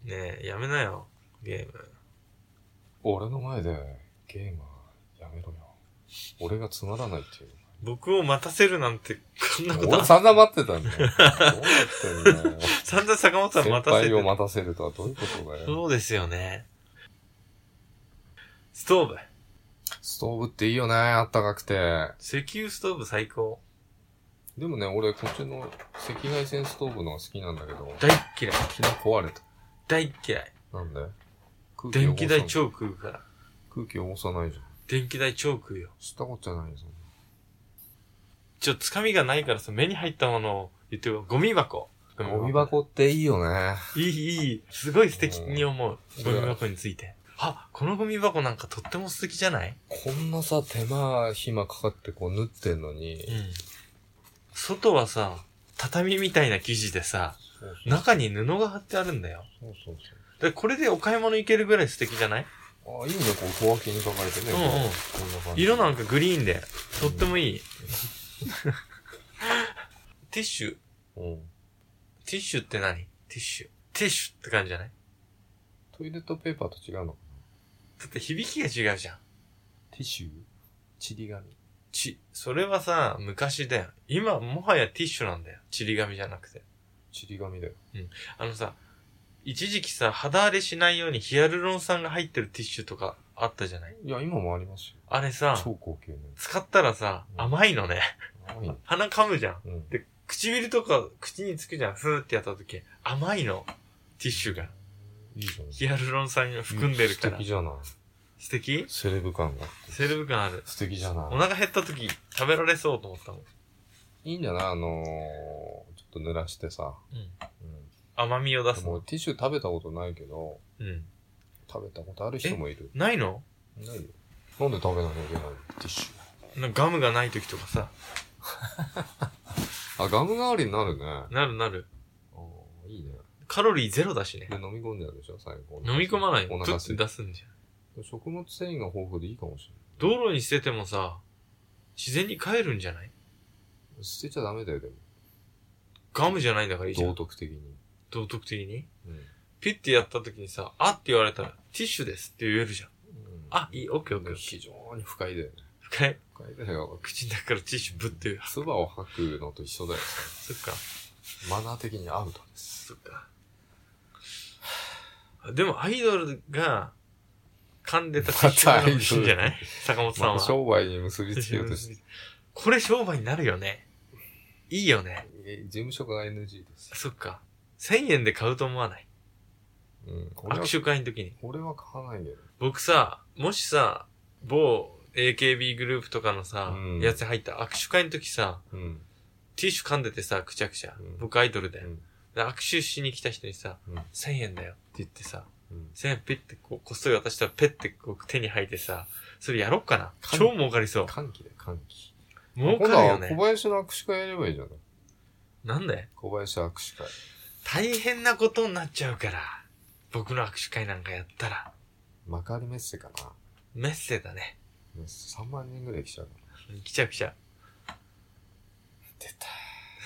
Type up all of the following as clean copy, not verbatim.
ねえ、やめなよ、ゲーム。 俺の前でゲームはやめろよ。俺がつまらないっていう。 僕を待たせるなんて、こんなこと俺散々待ってたんだよ。どうなってんだよ。 散々坂本さん待たせて。 先輩を待たせるとはどういうことだよ。 そうですよね。ストーブ。 ストーブっていいよね、あったかくて。 石油ストーブ最高。 でもね、俺こっちの赤外線ストーブのが好きなんだけど。 大っ嫌い。 昨日壊れた。 大っ嫌い。 なんで電気代超食うから。 空気汚さないじゃん。 電気代超食うよ。 知ったことじゃないよ、そんな。 つかみがないからさ、目に入ったものを言ってよ。ゴミ箱。 ゴミ箱っていいよね。 いい。すごい素敵に思う。ゴミ箱について。あ、このゴミ箱なんかとっても素敵じゃない？ こんなさ、手間暇かかってこう縫ってんのに。 うん。外はさ、畳みたいな生地でさ、 そうそう中に布が貼ってあるんだよ。 そうそうで、これでお買い物行けるぐらい素敵じゃない？ そう。あ、いいね、こう小分けに書かれてね。 うんうんこんな感じ。 色なんかグリーンで、とってもいい。ティッシュ。 うん。 ティッシュって何？ティッシュ。ティッシュって感じじゃない？ トイレットペーパーと違うのかだって響きが違うじゃん。 な。ティッシュちり紙。 それはさ、昔だよ。今、もはやティッシュなんだよ。ちり紙じゃなくて。 ちり紙だよ。 あのさ、一時期さ、肌荒れしないようにヒアルロン酸が入ってるティッシュとかあったじゃない？ いや、今もありますよ。 あれさ、 超高級ね。 使ったらさ、甘いのね。 甘いね。 鼻噛むじゃん。 うん。 で、唇とか口につくじゃん。ふーってやった時、甘いの。ティッシュが。 いいじゃん。 ヒアルロン酸が含んでるから素敵。じゃない。 素敵？ セレブ感が。 セレブ感ある。 素敵じゃない。 お腹減った時食べられそうと思ったもん。 いいんじゃないちょっと濡らしてさ。 うん。 うん。 甘みを出すの。 もうティッシュ食べたことないけど、 うん。 食べたことある人もいる。 ないの？ ないよ。なんで食べなきゃいけないのティッシなんかガムがない時とかさ。 ュ。あ、ガム代わりになるね。 なる。 ああ、いいね。 カロリーゼロだしねで、。飲み込んでやるでしょ、最後。 飲み込まない。 おプッて腹すいて。 出すんじゃん。 食物繊維が豊富でいいかもし道路に捨ててもさ、自然に帰るんじゃない？ れない。捨てちゃダメだよ、でも。 ガムじゃないんだからいいじゃ道ん。 徳的に。 道徳的に。 うん。 ピッてやった時にさ、あって言われたら、ティッシュですって言えるじゃん。あ、いい、オッケーオッケーオッケ非常に不快だよね。 ー。深い。 不快だよ。 口の中からティッシュぶって。 唾を吐くのと一緒だよ。 そっか。 マナー的にアウトです。 そっか。でもアイドルが噛んでたティッシュが欲しいんじゃない？坂本さんは。 また商売に結びつけようとして。 これ商売になるよね。いいよね。 事務所が NG です。 そっか。1000円で買うと思わない？ うん。 握手会の時に。 俺は買わないけど。 僕さ、もしさ、某 AKB グループとかのさ、 うんやつ入った握手会の時さ、 うん。 ティッシュ噛んでてさ、くちゃくちゃ。 うん僕アイドルだよ。 うん。 で握手しに来た人にさ、 うん。 1000円だよって言ってさ、 うん。 1000円ペッてこっそり渡したらペッてこう手に入ってさ、それやろっかな。 歓喜超儲かりそう。 歓喜だよ、歓喜。 儲かるよ今度は小ね。 林の握手会やればいいじゃない。 なんで？ 小林握手会。 大変なことになっちゃうから。僕の握手会なんかやったら。 幕張メッセかな。 メッセだね。 メッセ3万人ぐらい来ちゃうから。 来ちゃう。 出た。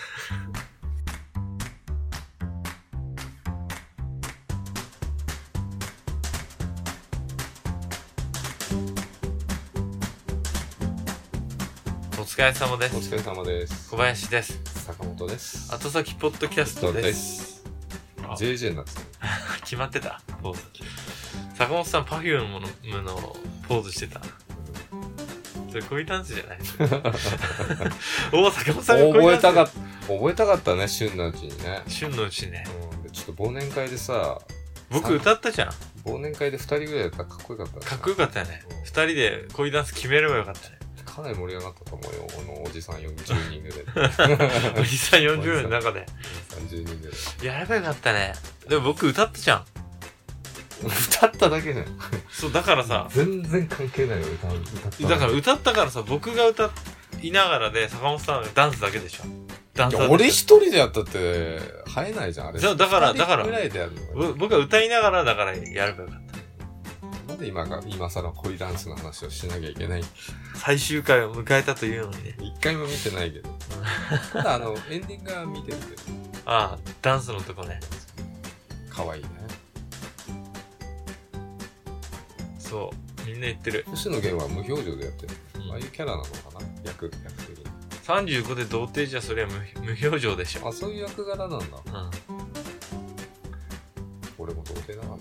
お疲れ様です。 お疲れ様です。 小林です。 坂本です。 後先ポッドキャストです。あ JJ になってたね。 決まってたポーズ。坂本さん Perfume のポーズしてた。それ恋ダンスじゃないお坂本さんが恋ダンス覚えたかったね、旬のうちにね。 旬のうちね。 うん。で、ちょっと忘年会でさ、 僕歌ったじゃん。 忘年会で2人ぐらいだったらかっこよかったね。 かっこよかったよね。 うん二人で恋ダンス決めればよかったね。 かなり盛り上がったと思うよ、このおじさん40人ぐらい。 おじさん40人の中で。 30人ぐらい。 やればよかったね。でも僕歌ったじゃん。 歌っただけじゃん。 そう、だからさ、 全然関係ないよ、歌っただから歌ったからさ、僕が歌いながらで坂本さんがダンスだけでしょ。ダンスだけ。 俺一人でやったって、映えないじゃん、あれ。 だから二人ぐらいでやるの。 僕は歌いながらだからやればよかった。 なんで今更恋ダンスの話をしなきゃいけない。 最終回を迎えたというのにね。 一回も見てないけど。ただエンディングは見てるけど。 ああ、ダンスのとこね。 可愛いね。 そうみんな言ってる。 星野源は無表情でやってる、 うんああいうキャラなのかな、役的に。 35で童貞じゃそれは無表情でしょ。 あ、そういう役柄なんだ。 うん。 俺も童貞だから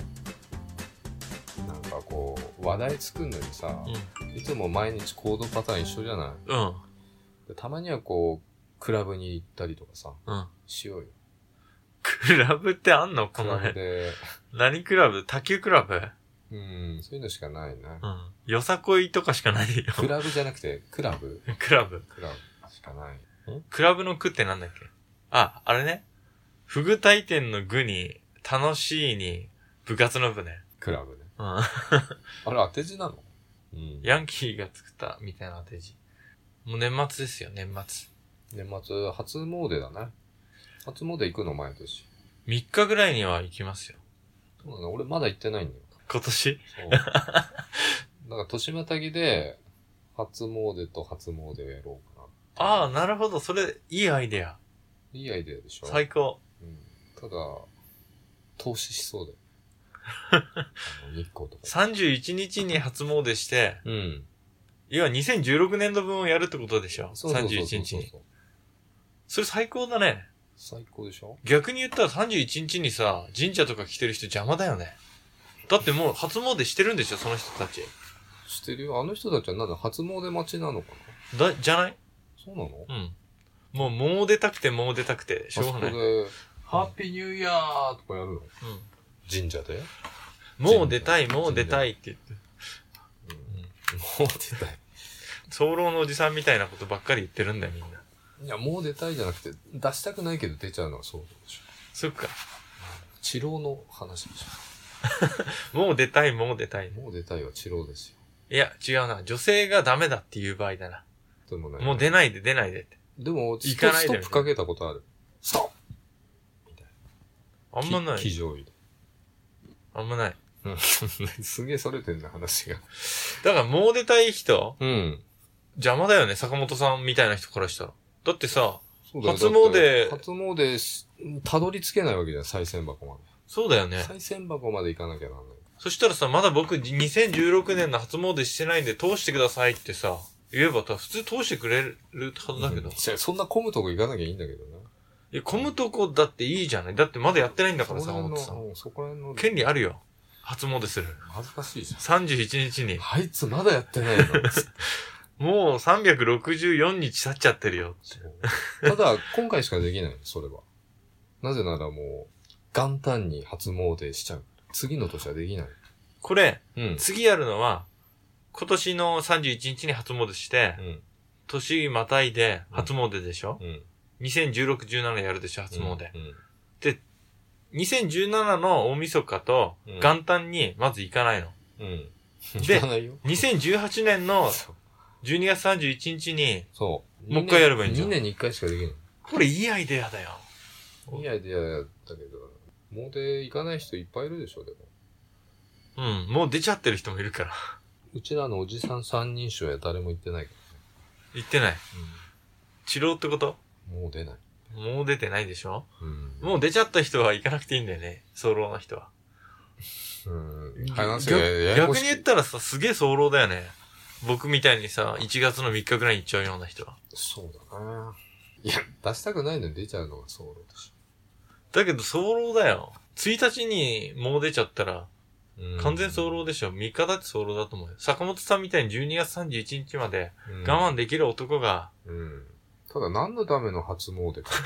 な。なんかこう話題作るのにさ、いつも毎日行動パターン一緒じゃない。 うん。 でたまにはこうクラブに行ったりとかさ、 うん。 しようよ。 クラブってあんのこクラブの辺。 で、 何クラブ？卓球クラブ？ そういうのしかないね。 うん。よさこいとかしかないよ。 クラブじゃなくてクラブクラブ。 クラブしかない。 クラブの句ってなんだっけ？あ、あれね。フグ大店の具に、楽しいに、部活の部ね。 クラブね。 うん。 あれ当て字なの？ ヤンキーが作ったみたいな当て字。もう年末ですよ、年末。 年末、初詣だね。初詣行くの毎年。 3日ぐらいには行きますよ。 そうだね。俺まだ行ってないんだよ。 今年？ そう。だから年またぎで、初詣と初詣をやろうかな。 ああ、なるほど。それ、いいアイデア。 いいアイデアでしょ。 最高。 ただ、投資しそうだよ。日光とか。 31日に初詣して、要は2016年度分をやるってことでしょ。 そうそうそうそう 31日に。それ最高だね。 最高でしょ。 逆に言ったら31日にさ、神社とか来てる人邪魔だよね。だってもう初詣してるんでしょ、その人たち。 してるよ。あの人たちはなんだ、初詣待ちなのかじゃない？ そうなの？ もう出たくて、しょうがない。 あそこで、ハッピーニューイヤーとかやるの？神社で？ もう出たいって言って。 もう出たい。 早漏のおじさんみたいなことばっかり言ってるんだよ、みんな。 いや、もう出たいじゃなくて、出したくないけど出ちゃうのはそうでしょ。 そっか。 治療の話でしょ。もう出たい。 もう出たいは治療ですよ。 いや、違うな。女性がダメだっていう場合だな。 でもね。 もう出ないでって。 でも、 行かないで。 ストップかけたことある。ストップみたいな。あんまない。 騎乗位で。 あんまない。 すげえそれてんな話が。 だからもう出たい人？邪魔だよね、坂本さんみたいな人からしたら。だってさ、初詣、たどり着けないわけじゃん、賽銭箱まで。 そうだよね。 賽銭箱まで行かなきゃなんない。 そしたらさ、まだ僕2016年の初詣してないんで通してくださいってさ、言えば普通通してくれるはずだけど。 そんな混むとこ行かなきゃいいんだけどね。 いや、混むとこだっていいじゃない。だってまだやってないんだから、坂本さん。 そこら辺の。 権利あるよ。初詣する。 恥ずかしいじゃん。 31日に。 あいつまだやってないの。 もう364日経っちゃってるよ。 ただ、今回しかできない、それは。なぜならもう、元旦に初詣しちゃう。次の年はできない。 これ、次やるのは、今年の31日に初詣して、年またいで初詣でしょ、2016、17やるでしょ、初詣。で、2017の大晦日と元旦にまず行かないの。で、2018年の12月31日に、もう一回やればいいんじゃん。 2年に1回しかできない。 これいいアイデアだよ。 いいアイデアだったけど、もうで行かない人いっぱいいるでしょ、でも。 もう出ちゃってる人もいるから。 うちらのおじさん三人称や誰も行ってないけどね。 行ってない。治療ってこと？ もう出ない。 もう出てないでしょ？もう出ちゃった人は行かなくていいんだよね。早漏な人は。逆に言ったらさ、すげえ早漏だよね。僕みたいにさ、1月の3日ぐらいに行っちゃうような人は。 そうだな。いや、出したくないのに出ちゃうのが早漏でしょ。だけど早漏だよ。1日にもう出ちゃったら、完全早漏でしょ。3日だって早漏だと思うよ。坂本さんみたいに12月31日まで我慢できる男が、 ただ何のための初詣か。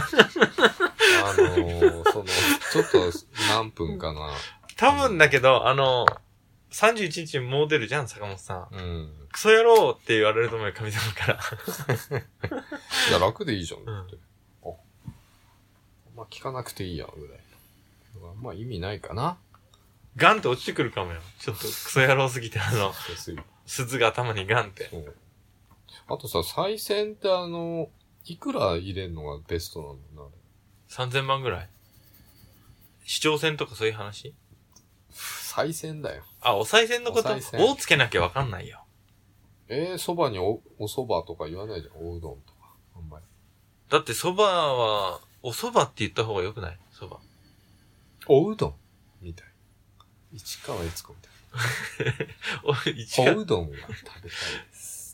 ちょっと何分かな。 多分だけど、31日にもう出るじゃん、坂本さん。クソ野郎って言われると思うよ、神様から。 いや、楽でいいじゃん、って。まあ、聞かなくていいや、ぐらい。まあ、意味ないかな。 ガンって落ちてくるかもよ。ちょっとクソ野郎すぎて、鈴が頭にガンって。 あとさ、再選っていくら入れるのがベストなんだろうな、 3000万ぐらい。市長選とかそういう話？ 再選だよ。 あ、お賽銭のことをつけなきゃわかんないよ。 蕎麦にお蕎麦とか言わないじゃん。おうどんとか。あんまり。 だって蕎麦は、お蕎麦って言った方がよくない？蕎麦。 おうどんみたい。市川悦子みたいな。 小うどんが食べたいです。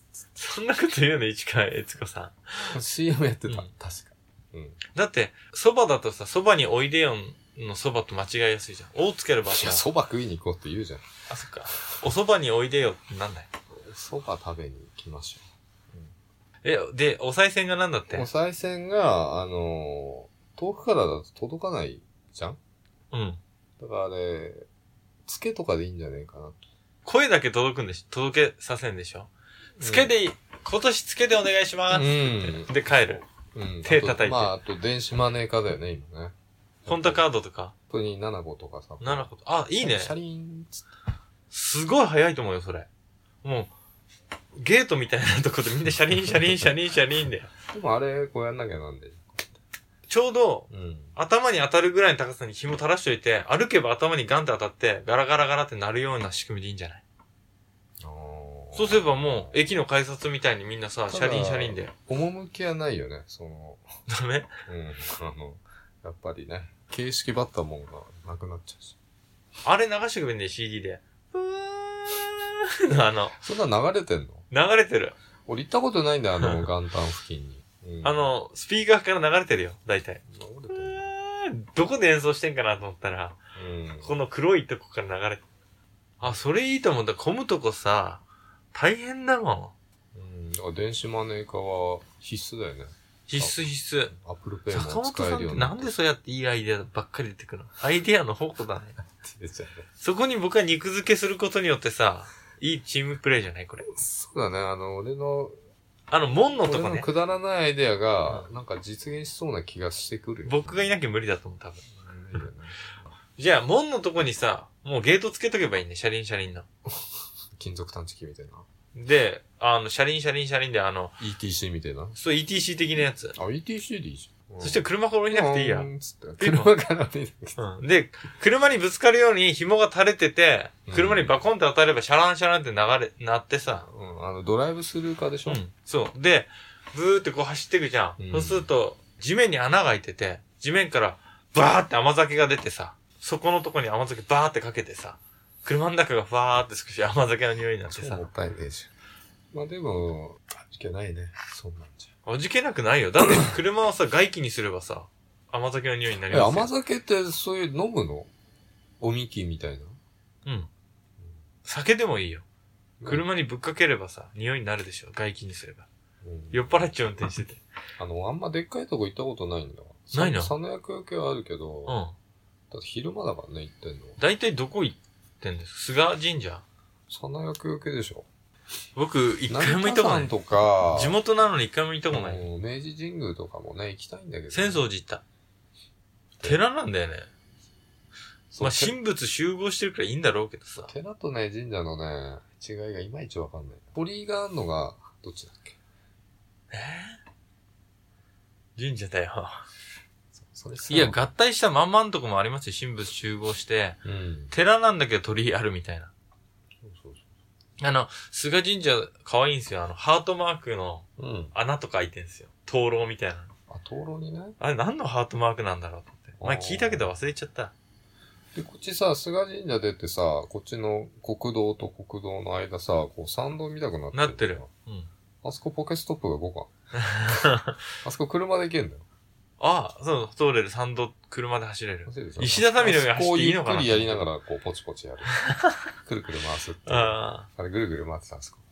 そんなこと言うの、市川悦子さん。CM やってた、 うん、 確か。うん。 だって、蕎麦だとさ、蕎麦においでよの蕎麦と間違いやすいじゃん。おをつければさ。 いや、蕎麦食いに行こうって言うじゃん。 あ、そっか。お蕎麦においでよってなんない？ 蕎麦食べに行きましょう。で、お賽銭がなんだって？ お賽銭が、遠くからだと届かないじゃん？ うん。 だからあれ、つけとかでいいんじゃねえかな。 声だけ届けさせんでしょ？つけでいい。今年つけでお願いします。うん。で、帰る。 うん。 手叩いて。 まあ、あと電子マネー化だよね、今ね。 ポンタカードとか。 本当に7個とかさ。 7個と。あ、いいね。 シャリーンつって。 すごい早いと思うよ、それ。もう、ゲートみたいなとこでみんなシャリンシャリンシャリンシャリンで。 でもあれ、こうやんなきゃなんで。 ちょうど、頭に当たるぐらいの高さに紐垂らしといて、歩けば頭にガンって当たって、ガラガラガラって鳴るような仕組みでいいんじゃない？そうすればもう、駅の改札みたいにみんなさ、シャリンシャリンで。 趣はないよね、 ダメ？ やっぱりね、形式ばったもんがなくなっちゃうし。 あれ流してくれんね、CD で。 そんな流れてんの？ 流れてる。 俺行ったことないんだよ、元旦付近に。 スピーカーから流れてるよ、大体。どこで演奏してんかなと思ったら、この黒いとこから流れて。あ、それいいと思うんだ。混むとこさ、大変だもん。電子マネー化は必須だよね。 必須。 アップルペイも使えるように。 坂本さんってなんでそうやっていいアイデアばっかり出てくるの？アイデアの宝庫だね。そこに僕は肉付けすることによってさ、いいチームプレイじゃないこれ。 そうだね、俺の、 門のとこね。 俺のくだらないアイデアが、なんか実現しそうな気がしてくるよ、ね。 僕がいなきゃ無理だと思う、多分。じゃあ、門のとこにさ、もうゲートつけとけばいいね、シャリンシャリンの。 金属探知機みたいな。 で、シャリンシャリンシャリンで ETC みたいな。 そう、ETC 的なやつ。 ETC でいいじゃん。 そして車から降りなくていいや。 車から降りなくて。で、車にぶつかるように紐が垂れてて、車にバコンって当たればシャランシャランってなってさ。 ドライブスルーカーでしょ？ そう。で、ブーってこう走っていくじゃん。そうすると、地面に穴が開いてて、地面からバーって甘酒が出てさ、そこのとこに甘酒バーってかけてさ、車の中がファーって少し甘酒の匂いになってさ。 もったいねえじゃん。まあでも、味気ないね。そんなんじゃ。味気なくないよ。だって車をさ、外気にすればさ、甘酒の匂いになりますよ。 甘酒ってそういう飲むの？おみきみたいな。 酒でもいいよ。車にぶっかければさ、匂いになるでしょ。外気にすれば。酔っ払っちゃう運転してて。 あんまでっかいとこ行ったことないんだわ。 ないの？ 佐野厄除けはあるけど、だって昼間だからね、行ってんの。 だいたいどこ行ってんです菅神社？ 佐野厄除けでしょ。 僕、一回も行ったことない。 とか、 地元なのに一回も行ったことない。 明治神宮とかもね、行きたいんだけど、ね。 浅草寺行った。寺なんだよね。まあ、神仏集合してるからいいんだろうけどさ。 寺とね、神社のね、違いがいまいちわかんない。鳥居があるのが、どっちだっけ？ 神社だよ。いや、合体したまんまんとこもありますよ。神仏集合して。寺なんだけど鳥居あるみたいな。菅神社可愛いんですよ。ハートマークの穴とか開いてんですよ。灯籠みたいな。 灯籠にね。 あれ何のハートマークなんだろうって。前聞いたけど忘れちゃった。 で、こっちさ、菅神社出てさ、こっちの国道と国道の間さ、こう参道見たくなってる。 なってる。 あそこポケストップが5か。あそこ車で行けんだよ。 ああ、そう、通れる参道、車で走れる。石畳の上が走っていいのかな？ こうゆっくりやりながら、こう、ポチポチやる。くるくる回すって。あれ、ぐるぐる回ってた、あそこ。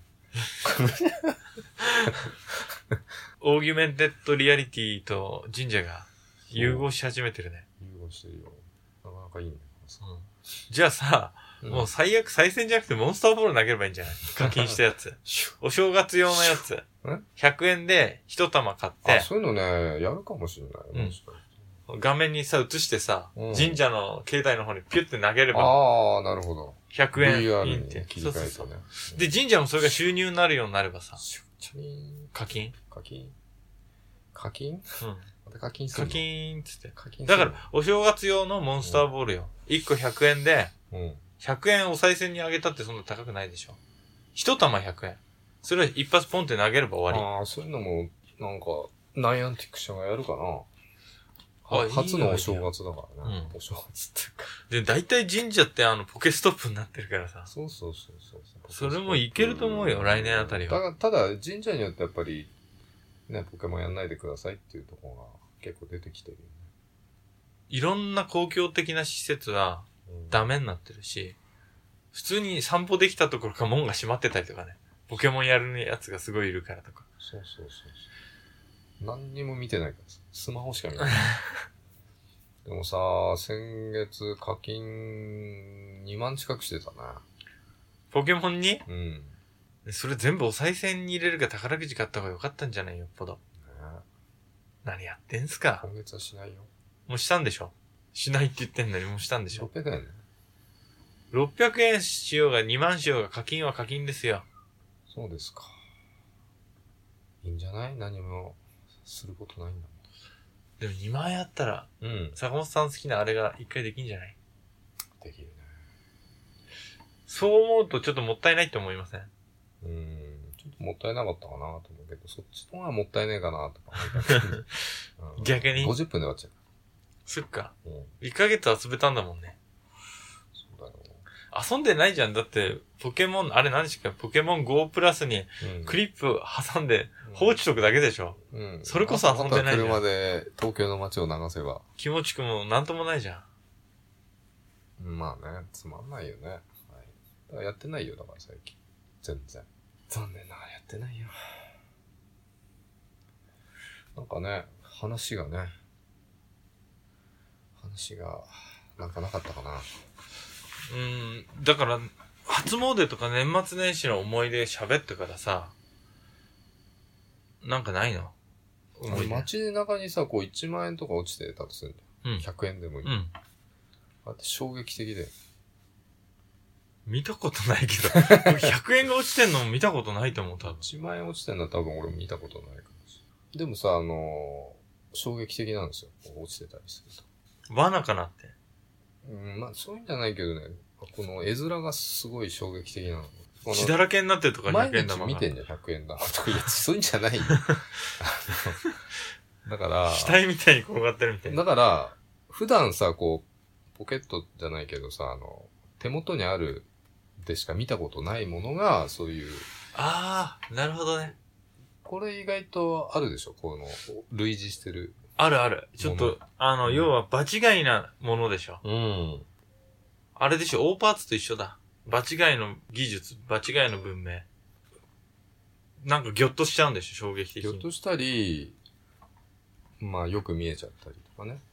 オーギュメンテッドリアリティと神社が融合し始めてるね。 融合してるよ。なかなかいいね。 じゃあさ、もう最悪再戦じゃなくてモンスターボール投げればいいんじゃない？課金したやつ。お正月用のやつ。100円で一玉買って。 そういうのね、やるかもしれない。 画面にさ、映してさ、神社の境内の方にピュッて投げれば。 ああ、なるほど。 100円。 VR に切り替えたね。 で、神社もそれが収入になるようになればさ。課金課金課金課金するの？課金つって。だから、お正月用のモンスターボールよ。1個100円で、100円お賽銭にあげたってそんな高くないでしょ。一玉100円。それを一発ポンって投げれば終わり。 ああ、そういうのも、なんか、ナイアンティック社がやるかな。 初のお正月だからね。お正月っていうか。 で、大体神社ってポケストップになってるからさ。 そう。 それもいけると思うよ、来年あたりは。 ただ、神社によってやっぱり、ね、ポケモンやんないでくださいっていうところが結構出てきてるよね。 いろんな公共的な施設はダメになってるし、普通に散歩できたところか門が閉まってたりとかね。ポケモンやるやつがすごいいるからとか。 そう。何にも見てないからさ。スマホしか見ない。でもさ、先月課金2万近くしてたな。 ポケモンに？ うん。 それ全部お賽銭に入れるか宝くじ買った方がよかったんじゃないよっぽど。 ね、 何やってんすか？ 今月はしないよ。 もうしたんでしょ？しないって言ってんのにもうしたんでしょ ？600円ね。 600円しようが2万しようが課金は課金ですよ。 そうですか。いいんじゃない？何もすることないんだもん。 でも2万円あったら、 うん。 坂本さん好きなあれが一回できんじゃない？ できるね。 そう思うとちょっともったいないって思いません？ ちょっともったいなかったかなと思うけど、そっちの方がもったいねえかなとか思ったけど、 逆に ?50 分で終わっちゃう。 そっか。 うん。 1ヶ月遊べたんだもんね。 そうだよ。 遊んでないじゃん。だって、ポケモン、あれ何でしたっけ？ポケモン GO プラスにクリップ挟んで放置しとくだけでしょ。それこそ遊んでないじゃん。 車で東京の街を流せば。 気持ちくもなんともないじゃん。まあね、つまんないよね。はい。だからやってないよ、だから最近。全然。残念ながらやってないよ。なんかね、話が、なんかなかったかな。 だから、初詣とか年末年始の思い出喋ってからさ、なんかないの？ 街中にさ、こう1万円とか落ちてたとするんだよ。100円でもいい。あって衝撃的で。 見たことないけど、100円が落ちてんのも見たことないと思う、多分。 1万円落ちてんのは多分俺も見たことないかもしれない。でもさ、衝撃的なんですよ。落ちてたりすると。 罠かなって。 まあそういうんじゃないけどね、この絵面がすごい衝撃的なの。 血だらけになってるとか100円玉が。 毎日見てんじゃん、100円玉とか。いや、そういうんじゃないよ。だから、 死体みたいに転がってるみたいな。 だから、普段さ、こう、ポケットじゃないけどさ、手元にあるでしか見たことないものが、そういう。 ああ、なるほどね。 これ意外とあるでしょ、この、類似してる。 あるある。ちょっと、要は場違いなものでしょ。あれでしょ、オーパーツと一緒だ。場違いの技術、場違いの文明。なんかギョッとしちゃうんでしょ、衝撃的に。 ギョッとしたり、まあよく見えちゃったりとかね。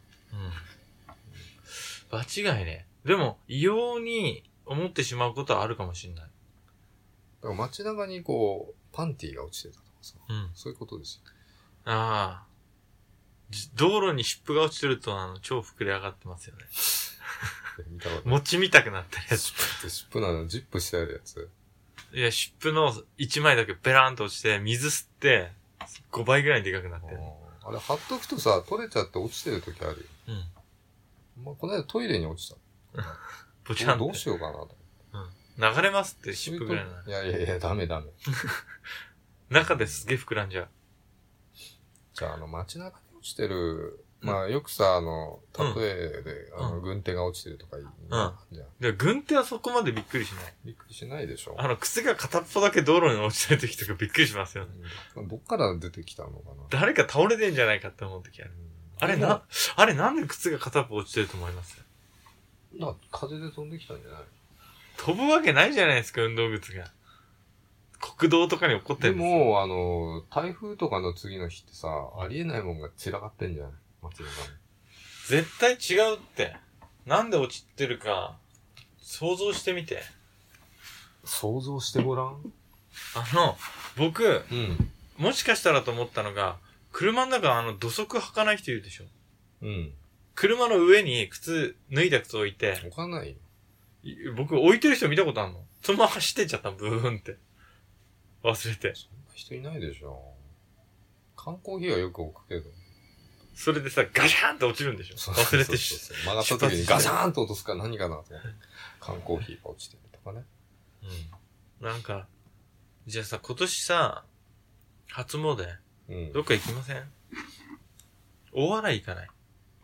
場違いね。でも、異様に思ってしまうことはあるかもしれない。だから街中にこう、パンティーが落ちてたとかさ。そういうことですよ。 ああ。道路に湿布が落ちてると超膨れ上がってますよね。餅見たくなってるやつ。 湿布なの、ジップしてあるやつ。 いや、湿布の1枚だけペラーンと落ちて、水吸って、5倍ぐらいにでかくなってる。 あれ貼っとくとさ、取れちゃって落ちてる時あるよ。まあ、この間トイレに落ちた。 ポチャンどうしようかなと。 流れますって湿布ぐらいな。 いや、ダメ。 中ですげえ膨らんじゃう。 じゃあ、街中に落ちてる、まあ、よくさ、例えで、軍手が落ちてるとかいいな。じゃあ。 で、軍手はそこまでびっくりしない。 びっくりしないでしょ。 靴が片っぽだけ道路に落ちてる時とかびっくりしますよね。 どっから出てきたのかな。 誰か倒れてんじゃないかって思う時ある。あれなんで靴が片っぽ落ちてると思います？ 風で飛んできたんじゃない？ 飛ぶわけないじゃないですか、運動靴が。国道とかに起こってるんですよ。 でも、台風とかの次の日ってさ、ありえないもんが散らかってんじゃない？街中に。 絶対違うって。なんで落ちてるか、想像してみて。 想像してごらん。 僕、もしかしたらと思ったのが、車の中土足履かない人いるでしょ。車の上に脱いだ靴置いて。 置かないよ。僕置いてる人見たことあるの。そのまま走ってっちゃったブーンって。忘れて。 そんな人いないでしょ。缶コーヒーはよく置くけど。 それでさ、ガシャーンって落ちるんでしょ。忘れて曲がった時にガシャーンと落とすから何かなと思って。缶コーヒーが落ちてるとかね。 なんか、じゃあさ、今年さ、初詣、どっか行きません？大洗行かない？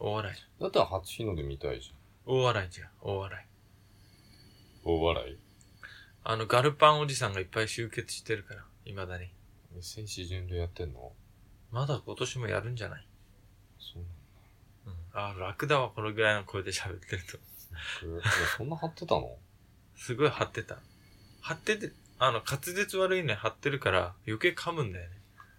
大笑い。 だったら初日の出見たいじ大笑いじゃん。大笑い。 ゃん。大笑い？ ガルパンおじさんがいっぱい集結してるから、未だに。 戦士巡礼やってんの？ まだ今年もやるんじゃない？ そうなんだ。楽だわ、このぐらいの声で喋ってると。 そんな張ってたの？ すごい張ってた。張ってて、滑舌悪いね、張ってるから余計噛むんだよね。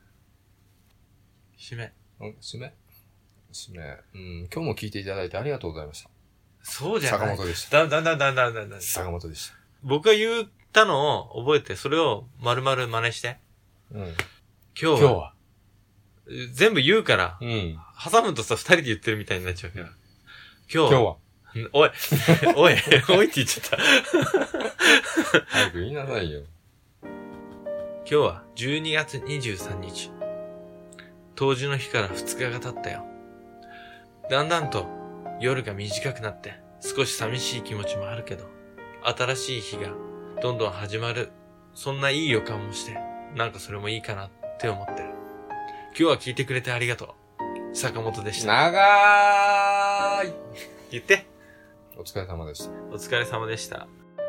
締め。 締め。今日も聞いていただいてありがとうございました。 そうじゃない。 坂本でした。 だ。 坂本でした。 僕が言ったのを覚えて、それを丸々真似して。 うん。 今日は。全部言うから。 うん。 挟むとさ、二人で言ってるみたいになっちゃうから。今日は。おいって言っちゃった。 早く言いなさいよ。 今日は12月23日。冬至の日から2日が経ったよ。だんだんと夜が短くなって少し寂しい気持ちもあるけど、新しい日がどんどん始まる。そんないい予感もして、なんかそれもいいかなって思ってる。今日は聞いてくれてありがとう。坂本でした。 長ーい。 言って。 お疲れ様でした。 お疲れ様でした。